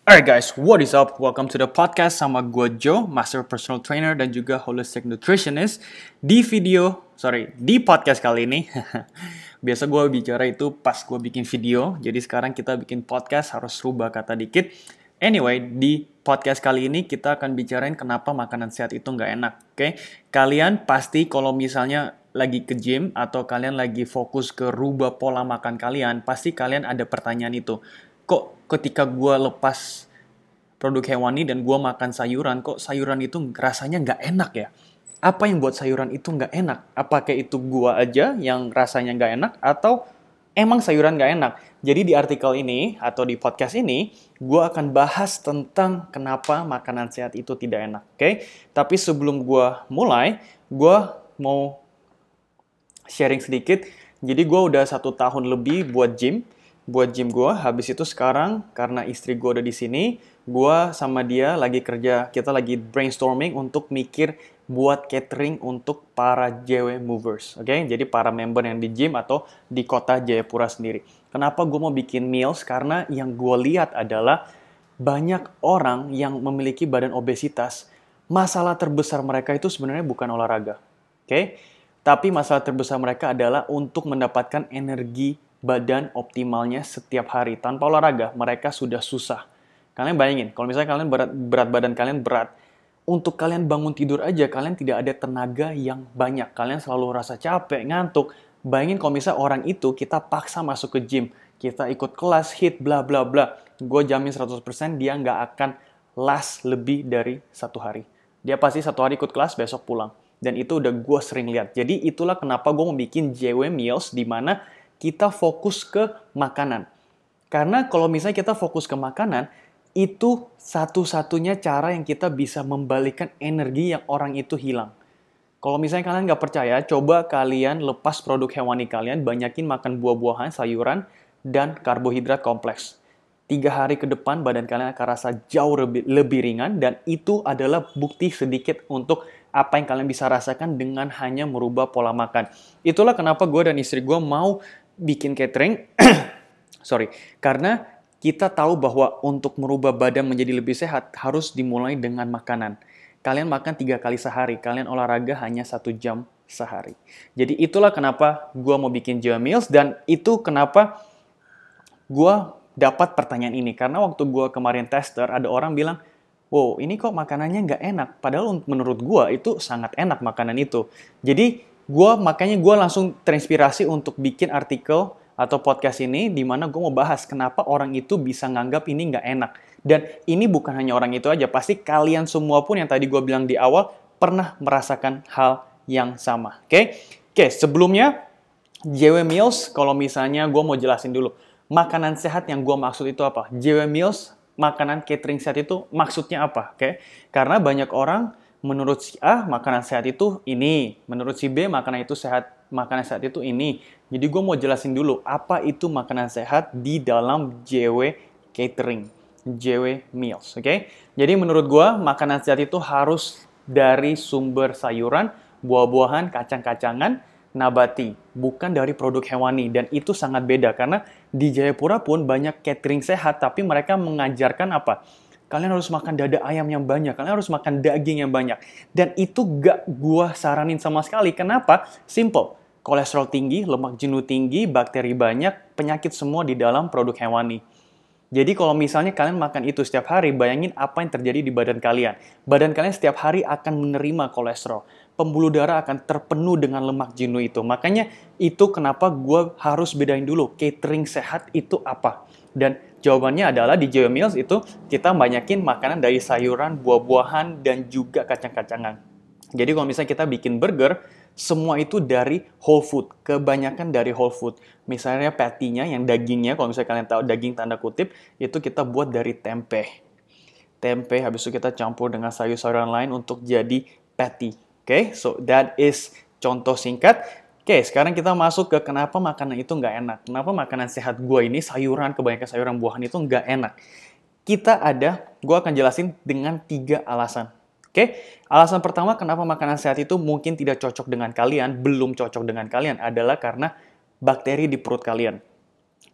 Alright guys, what is up? Welcome to the podcast sama gue Joe, Master Personal Trainer dan juga Holistic Nutritionist. Di podcast kali ini, biasa gue bicara itu pas gue bikin video, jadi sekarang kita bikin podcast harus rubah kata dikit. Anyway, di podcast kali ini kita akan bicarain kenapa makanan sehat itu nggak enak, oke? Kalian pasti kalau misalnya lagi ke gym atau kalian lagi fokus ke rubah pola makan kalian, pasti kalian ada pertanyaan itu. Kok ketika gue lepas produk hewani dan gue makan sayuran, kok sayuran itu rasanya nggak enak ya? Apa yang buat sayuran itu nggak enak? Apakah itu gue aja yang rasanya nggak enak atau emang sayuran nggak enak? Jadi di artikel ini atau di podcast ini, gue akan bahas tentang kenapa makanan sehat itu tidak enak. Oke? Tapi sebelum gue mulai, gue mau sharing sedikit. Jadi gue udah 1 tahun lebih buat gym gue. Habis itu sekarang karena istri gue udah di sini, gue sama dia lagi kerja, kita lagi brainstorming untuk mikir buat catering untuk para JW movers, oke? Jadi para member yang di gym atau di kota Jayapura sendiri. Kenapa gue mau bikin meals? Karena yang gue lihat adalah banyak orang yang memiliki badan obesitas, masalah terbesar mereka itu sebenarnya bukan olahraga, oke? Tapi masalah terbesar mereka adalah untuk mendapatkan energi badan optimalnya setiap hari. Tanpa olahraga, mereka sudah susah. Kalian bayangin, kalau misalnya kalian berat badan kalian berat, untuk kalian bangun tidur aja, kalian tidak ada tenaga yang banyak. Kalian selalu rasa capek, ngantuk. Bayangin kalau misalnya orang itu kita paksa masuk ke gym, kita ikut kelas, hit, bla bla bla. Gue jamin 100% dia nggak akan last lebih dari 1 hari. Dia pasti 1 hari ikut kelas, besok pulang. Dan itu udah gue sering lihat. Jadi itulah kenapa gue mau bikin JW Meals di mana kita fokus ke makanan. Karena kalau misalnya kita fokus ke makanan, itu satu-satunya cara yang kita bisa membalikan energi yang orang itu hilang. Kalau misalnya kalian nggak percaya, coba kalian lepas produk hewani kalian, banyakin makan buah-buahan, sayuran, dan karbohidrat kompleks. 3 hari ke depan badan kalian akan rasa jauh lebih ringan, dan itu adalah bukti sedikit untuk apa yang kalian bisa rasakan dengan hanya merubah pola makan. Itulah kenapa gue dan istri gue mau bikin catering, karena kita tahu bahwa untuk merubah badan menjadi lebih sehat harus dimulai dengan makanan. Kalian makan 3 kali sehari, kalian olahraga hanya 1 jam sehari. Jadi itulah kenapa gue mau bikin JW Meals, dan itu kenapa gue dapat pertanyaan ini. Karena waktu gue kemarin tester, ada orang bilang, wow, ini kok makanannya nggak enak. Padahal menurut gue itu sangat enak makanan itu. Jadi makanya gue langsung terinspirasi untuk bikin artikel atau podcast ini di mana gue mau bahas kenapa orang itu bisa nganggap ini nggak enak. Dan ini bukan hanya orang itu aja, pasti kalian semua pun yang tadi gue bilang di awal pernah merasakan hal yang sama. Oke, sebelumnya JW Meals, kalau misalnya gue mau jelasin dulu. Makanan sehat yang gue maksud itu apa? JW Meals, makanan catering sehat itu maksudnya apa? Oke? Karena banyak orang menurut si A, makanan sehat itu ini. Menurut si B, makanan sehat itu ini. Jadi gue mau jelasin dulu, apa itu makanan sehat di dalam JW Catering, JW Meals, oke? Jadi menurut gue, makanan sehat itu harus dari sumber sayuran, buah-buahan, kacang-kacangan, nabati, bukan dari produk hewani. Dan itu sangat beda, karena di Jayapura pun banyak catering sehat, tapi mereka mengajarkan apa? Kalian harus makan dada ayam yang banyak, kalian harus makan daging yang banyak. Dan itu gak gua saranin sama sekali. Kenapa? Simple. Kolesterol tinggi, lemak jenuh tinggi, bakteri banyak, penyakit semua di dalam produk hewani. Jadi kalau misalnya kalian makan itu setiap hari, bayangin apa yang terjadi di badan kalian. Badan kalian setiap hari akan menerima kolesterol. Pembuluh darah akan terpenuh dengan lemak jenuh itu. Makanya itu kenapa gue harus bedain dulu catering sehat itu apa. Dan jawabannya adalah di JW Meals itu kita banyakin makanan dari sayuran, buah-buahan, dan juga kacang-kacangan. Jadi kalau misalnya kita bikin burger, semua itu dari whole food, kebanyakan dari whole food. Misalnya patty-nya, yang dagingnya, kalau misalnya kalian tahu daging tanda kutip, itu kita buat dari tempe. Tempe, habis itu kita campur dengan sayur-sayuran lain untuk jadi patty. Oke, so that is contoh singkat. Oke, sekarang kita masuk ke kenapa makanan itu nggak enak. Kenapa makanan sehat gue ini, sayuran, kebanyakan sayuran buahan itu nggak enak. Gue akan jelasin dengan 3 alasan. Oke, alasan pertama kenapa makanan sehat itu mungkin tidak cocok dengan kalian, belum cocok dengan kalian, adalah karena bakteri di perut kalian.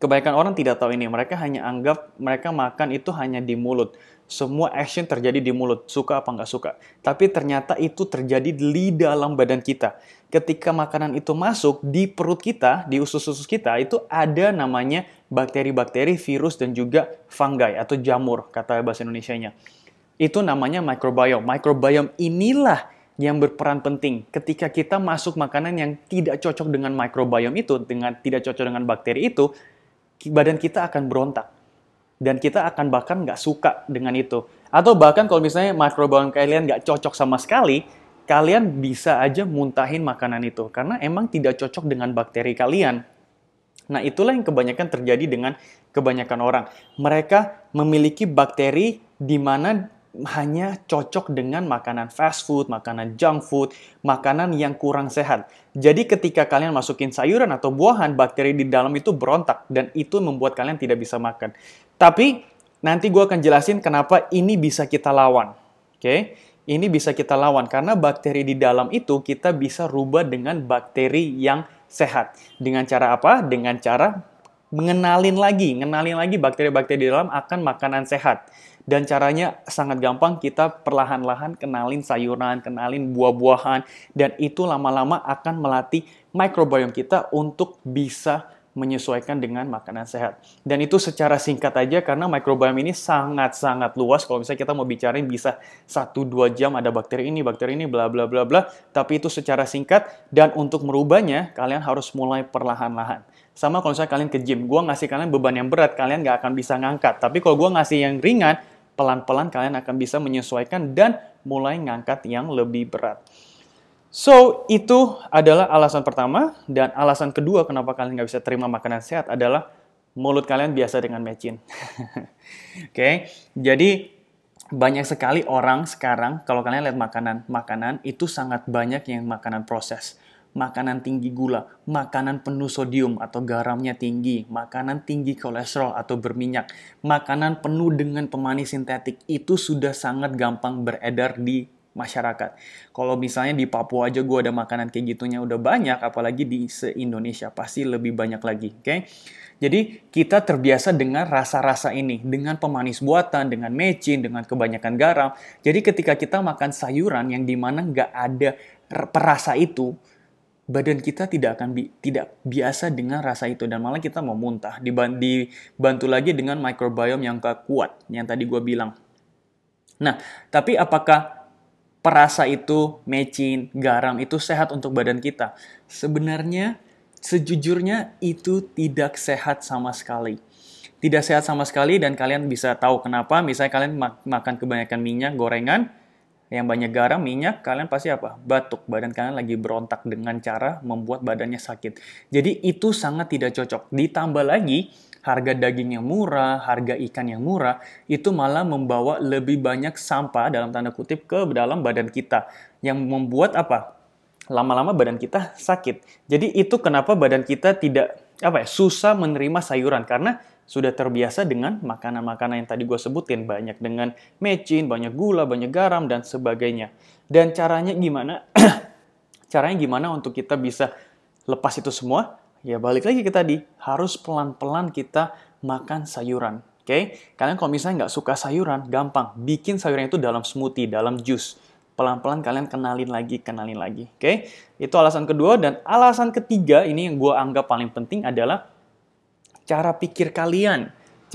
Kebanyakan orang tidak tahu ini. Mereka hanya anggap mereka makan itu hanya di mulut. Semua action terjadi di mulut, suka apa nggak suka. Tapi ternyata itu terjadi di dalam badan kita. Ketika makanan itu masuk di perut kita, di usus-usus kita, itu ada namanya bakteri-bakteri, virus, dan juga fungi atau jamur, kata bahasa Indonesianya. Itu namanya microbiome. Microbiome inilah yang berperan penting ketika kita masuk makanan yang tidak cocok dengan microbiome itu, dengan tidak cocok dengan bakteri itu, badan kita akan berontak. Dan kita akan bahkan nggak suka dengan itu. Atau bahkan kalau misalnya microbiome kalian nggak cocok sama sekali, kalian bisa aja muntahin makanan itu. Karena emang tidak cocok dengan bakteri kalian. Nah, itulah yang kebanyakan terjadi dengan kebanyakan orang. Mereka memiliki bakteri di mana hanya cocok dengan makanan fast food, makanan junk food, makanan yang kurang sehat. Jadi ketika kalian masukin sayuran atau buahan, bakteri di dalam itu berontak dan itu membuat kalian tidak bisa makan. Tapi nanti gue akan jelasin kenapa ini bisa kita lawan. Oke? Ini bisa kita lawan karena bakteri di dalam itu kita bisa rubah dengan bakteri yang sehat. Dengan cara apa? Dengan cara ngenalin lagi bakteri-bakteri di dalam akan makanan sehat. Dan caranya sangat gampang, kita perlahan-lahan kenalin sayuran, kenalin buah-buahan, dan itu lama-lama akan melatih microbiome kita untuk bisa menyesuaikan dengan makanan sehat. Dan itu secara singkat aja karena microbiome ini sangat-sangat luas. Kalau misalnya kita mau bicarain bisa 1-2 jam ada bakteri ini, bla bla bla bla. Tapi itu secara singkat dan untuk merubahnya kalian harus mulai perlahan-lahan. Sama kalau misalnya kalian ke gym, gue ngasih kalian beban yang berat, kalian nggak akan bisa ngangkat. Tapi kalau gue ngasih yang ringan, pelan-pelan kalian akan bisa menyesuaikan dan mulai ngangkat yang lebih berat. So, itu adalah alasan pertama. Dan alasan kedua kenapa kalian nggak bisa terima makanan sehat adalah mulut kalian biasa dengan mecin. Oke, jadi banyak sekali orang sekarang, kalau kalian lihat makanan itu sangat banyak yang makanan proses. Makanan tinggi gula, makanan penuh sodium atau garamnya tinggi, makanan tinggi kolesterol atau berminyak, makanan penuh dengan pemanis sintetik, itu sudah sangat gampang beredar di masyarakat. Kalau misalnya di Papua aja gue ada makanan kayak gitunya udah banyak, apalagi di se-Indonesia pasti lebih banyak lagi, oke? Jadi kita terbiasa dengan rasa-rasa ini, dengan pemanis buatan, dengan mecin, dengan kebanyakan garam. Jadi ketika kita makan sayuran yang dimana nggak ada perasa itu, badan kita tidak biasa dengan rasa itu dan malah kita mau muntah. Dibantu lagi dengan microbiome yang gak kuat yang tadi gue bilang. Nah, tapi apakah perasa itu, mecin, garam itu sehat untuk badan kita? Sebenarnya, sejujurnya itu tidak sehat sama sekali. Tidak sehat sama sekali dan kalian bisa tahu kenapa. Misalnya kalian makan kebanyakan minyak, gorengan, yang banyak garam, minyak, kalian pasti apa? Batuk. Badan kalian lagi berontak dengan cara membuat badannya sakit. Jadi itu sangat tidak cocok. Ditambah lagi, harga daging yang murah, harga ikan yang murah, itu malah membawa lebih banyak sampah dalam tanda kutip ke dalam badan kita. Yang membuat apa? Lama-lama badan kita sakit. Jadi itu kenapa badan kita tidak susah menerima sayuran. Karena sudah terbiasa dengan makanan-makanan yang tadi gue sebutin. Banyak dengan mecin, banyak gula, banyak garam, dan sebagainya. Dan caranya gimana? Caranya gimana untuk kita bisa lepas itu semua? Ya balik lagi ke tadi. Harus pelan-pelan kita makan sayuran. Oke? Kalian kalau misalnya nggak suka sayuran, gampang. Bikin sayuran itu dalam smoothie, dalam jus. Pelan-pelan kalian kenalin lagi. Oke? Itu alasan kedua. Dan alasan ketiga, ini yang gue anggap paling penting adalah cara pikir kalian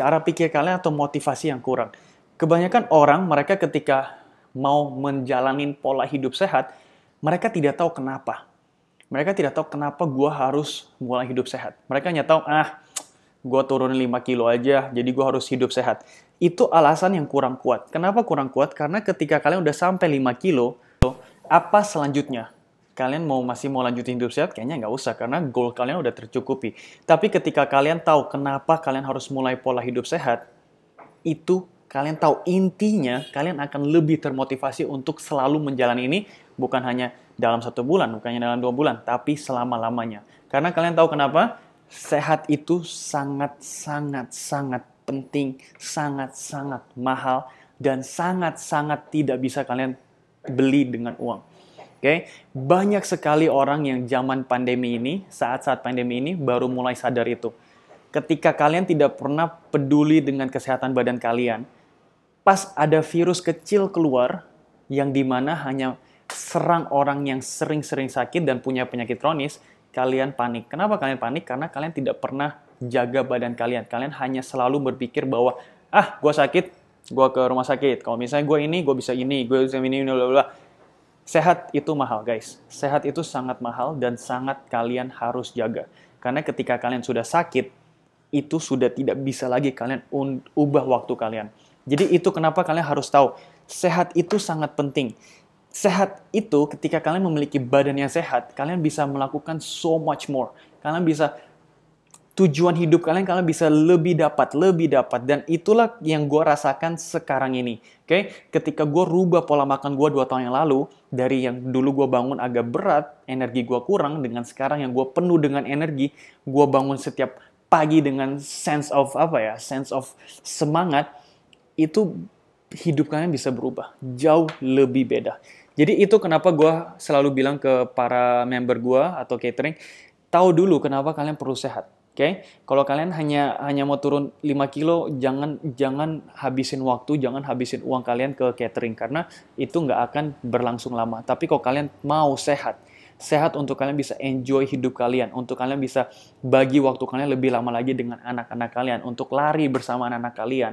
atau motivasi yang kurang. Kebanyakan orang, mereka ketika mau menjalani pola hidup sehat, mereka tidak tahu kenapa. Mereka tidak tahu kenapa gue harus mulai hidup sehat. Mereka hanya tahu, gue turun 5 kilo aja, jadi gue harus hidup sehat. Itu alasan yang kurang kuat. Kenapa kurang kuat? Karena ketika kalian udah sampai 5 kilo, apa selanjutnya? Kalian masih mau lanjutin hidup sehat, kayaknya nggak usah, karena goal kalian udah tercukupi. Tapi ketika kalian tahu kenapa kalian harus mulai pola hidup sehat, itu kalian tahu intinya, kalian akan lebih termotivasi untuk selalu menjalani ini, bukan hanya dalam 1 bulan, bukan hanya dalam 2 bulan, tapi selama-lamanya. Karena kalian tahu kenapa? Sehat itu sangat-sangat penting, sangat-sangat mahal, dan sangat-sangat tidak bisa kalian beli dengan uang. Oke, banyak sekali orang yang zaman pandemi ini, saat-saat pandemi ini baru mulai sadar itu. ketika kalian tidak pernah peduli dengan kesehatan badan kalian, pas ada virus kecil keluar, yang dimana hanya serang orang yang sering-sering sakit dan punya penyakit kronis, kalian panik. Kenapa kalian panik? Karena kalian tidak pernah jaga badan kalian. Kalian hanya selalu berpikir bahwa, gue sakit, gue ke rumah sakit. Kalau misalnya gue ini, gue bisa ini, gue bisa ini, bla bla. Sehat itu mahal, guys. Sehat itu sangat mahal dan sangat kalian harus jaga. Karena ketika kalian sudah sakit, itu sudah tidak bisa lagi kalian ubah waktu kalian. Jadi itu kenapa kalian harus tahu, sehat itu sangat penting. Sehat itu ketika kalian memiliki badan yang sehat, kalian bisa melakukan so much more. Kalian bisa tujuan hidup kalian bisa lebih dapat, dan itulah yang gue rasakan sekarang ini. Oke, ketika gue rubah pola makan gue 2 tahun yang lalu, dari yang dulu gue bangun agak berat, energi gue kurang, dengan sekarang yang gue penuh dengan energi, gue bangun setiap pagi dengan sense of semangat, itu hidup kalian bisa berubah, jauh lebih beda. Jadi itu kenapa gue selalu bilang ke para member gue atau catering, tahu dulu kenapa kalian perlu sehat. Oke, kalau kalian hanya mau turun 5 kilo, jangan habisin waktu, jangan habisin uang kalian ke catering, karena itu nggak akan berlangsung lama. Tapi kalau kalian mau sehat untuk kalian bisa enjoy hidup kalian, untuk kalian bisa bagi waktu kalian lebih lama lagi dengan anak-anak kalian, untuk lari bersama anak-anak kalian,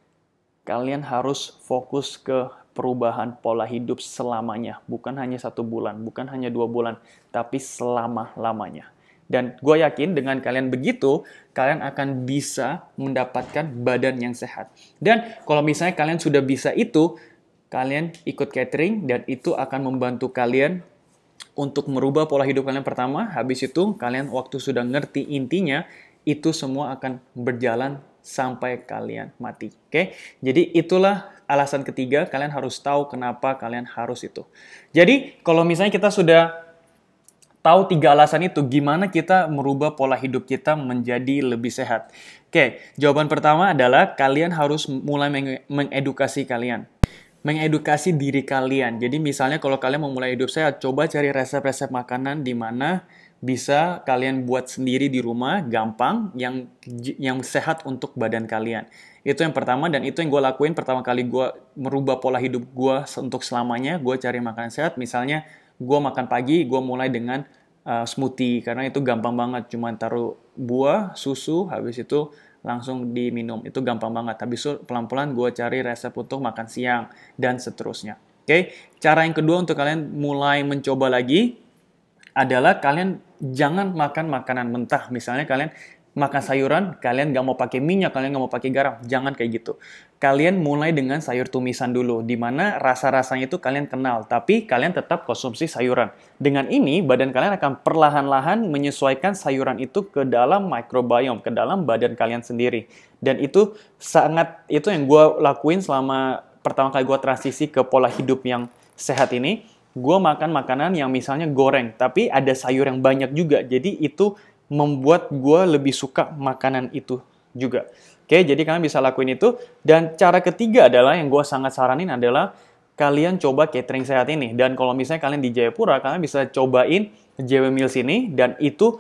kalian harus fokus ke perubahan pola hidup selamanya. Bukan hanya 1 bulan, bukan hanya 2 bulan, tapi selama-lamanya. Dan gue yakin dengan kalian begitu, kalian akan bisa mendapatkan badan yang sehat. Dan kalau misalnya kalian sudah bisa itu, kalian ikut catering dan itu akan membantu kalian untuk merubah pola hidup kalian pertama. Habis itu, kalian waktu sudah ngerti intinya, itu semua akan berjalan sampai kalian mati. Oke? Jadi itulah alasan ketiga, kalian harus tahu kenapa kalian harus itu. Jadi, kalau misalnya kita sudah tahu 3 alasan itu, gimana kita merubah pola hidup kita menjadi lebih sehat? Oke, jawaban pertama adalah kalian harus mulai mengedukasi kalian. Mengedukasi diri kalian. Jadi misalnya kalau kalian mau mulai hidup sehat, coba cari resep-resep makanan di mana bisa kalian buat sendiri di rumah, gampang, yang sehat untuk badan kalian. Itu yang pertama, dan itu yang gue lakuin pertama kali gue merubah pola hidup gue untuk selamanya. Gue cari makanan sehat, misalnya gue makan pagi, gue mulai dengan smoothie, karena itu gampang banget, cuma taruh buah, susu, habis itu langsung diminum, itu gampang banget. Habis itu pelan-pelan gue cari resep untuk makan siang, dan seterusnya. Oke, cara yang kedua untuk kalian mulai mencoba lagi, adalah kalian jangan makan makanan mentah. Misalnya kalian makan sayuran, kalian nggak mau pakai minyak, kalian nggak mau pakai garam, jangan kayak gitu. Kalian mulai dengan sayur tumisan dulu, di mana rasa-rasanya itu kalian kenal, tapi kalian tetap konsumsi sayuran. Dengan ini, badan kalian akan perlahan-lahan menyesuaikan sayuran itu ke dalam microbiome, ke dalam badan kalian sendiri. Dan itu yang gue lakuin selama pertama kali gue transisi ke pola hidup yang sehat ini. Gue makan makanan yang misalnya goreng, tapi ada sayur yang banyak juga, jadi itu membuat gue lebih suka makanan itu juga. Oke, jadi kalian bisa lakuin itu. Dan cara ketiga adalah, yang gue sangat saranin adalah, kalian coba catering sehat ini. Dan kalau misalnya kalian di Jayapura, kalian bisa cobain JW Meals ini. Dan itu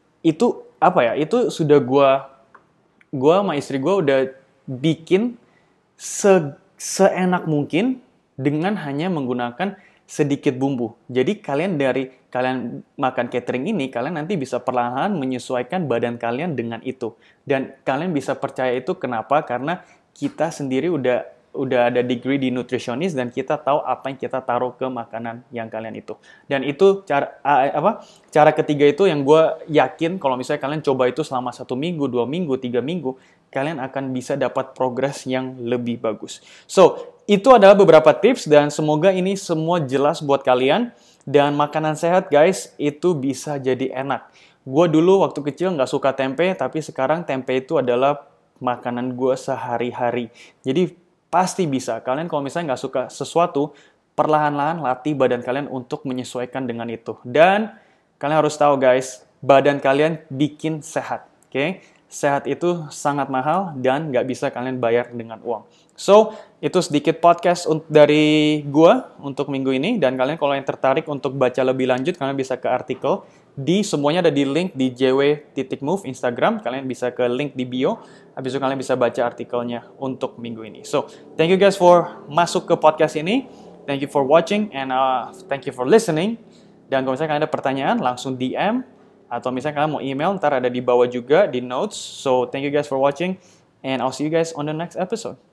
sudah gue sama istri gue udah bikin seenak mungkin dengan hanya menggunakan sedikit bumbu. Jadi kalian makan catering ini, kalian nanti bisa perlahan menyesuaikan badan kalian dengan itu. Dan kalian bisa percaya itu kenapa? Karena kita sendiri udah ada degree di nutritionist dan kita tahu apa yang kita taruh ke makanan yang kalian itu. Dan itu cara ketiga itu yang gue yakin kalau misalnya kalian coba itu selama 1 minggu, 2 minggu, 3 minggu, kalian akan bisa dapat progres yang lebih bagus. So, itu adalah beberapa tips dan semoga ini semua jelas buat kalian. Dan makanan sehat, guys, itu bisa jadi enak. Gue dulu waktu kecil nggak suka tempe, tapi sekarang tempe itu adalah makanan gue sehari-hari. Jadi pasti bisa. Kalian kalau misalnya nggak suka sesuatu, perlahan-lahan latih badan kalian untuk menyesuaikan dengan itu. Dan kalian harus tahu, guys, badan kalian bikin sehat. Oke? sehat itu sangat mahal dan nggak bisa kalian bayar dengan uang. So, itu sedikit podcast dari gua untuk minggu ini. Dan kalian kalau yang tertarik untuk baca lebih lanjut, kalian bisa ke artikel. Semuanya ada di link di jw.move Instagram. Kalian bisa ke link di bio. Habis itu kalian bisa baca artikelnya untuk minggu ini. So, thank you guys for masuk ke podcast ini. Thank you for watching and thank you for listening. Dan kalau misalnya kalian ada pertanyaan, langsung DM. Atau misalnya kalian mau email, ntar ada di bawah juga di notes. So, thank you guys for watching. And I'll see you guys on the next episode.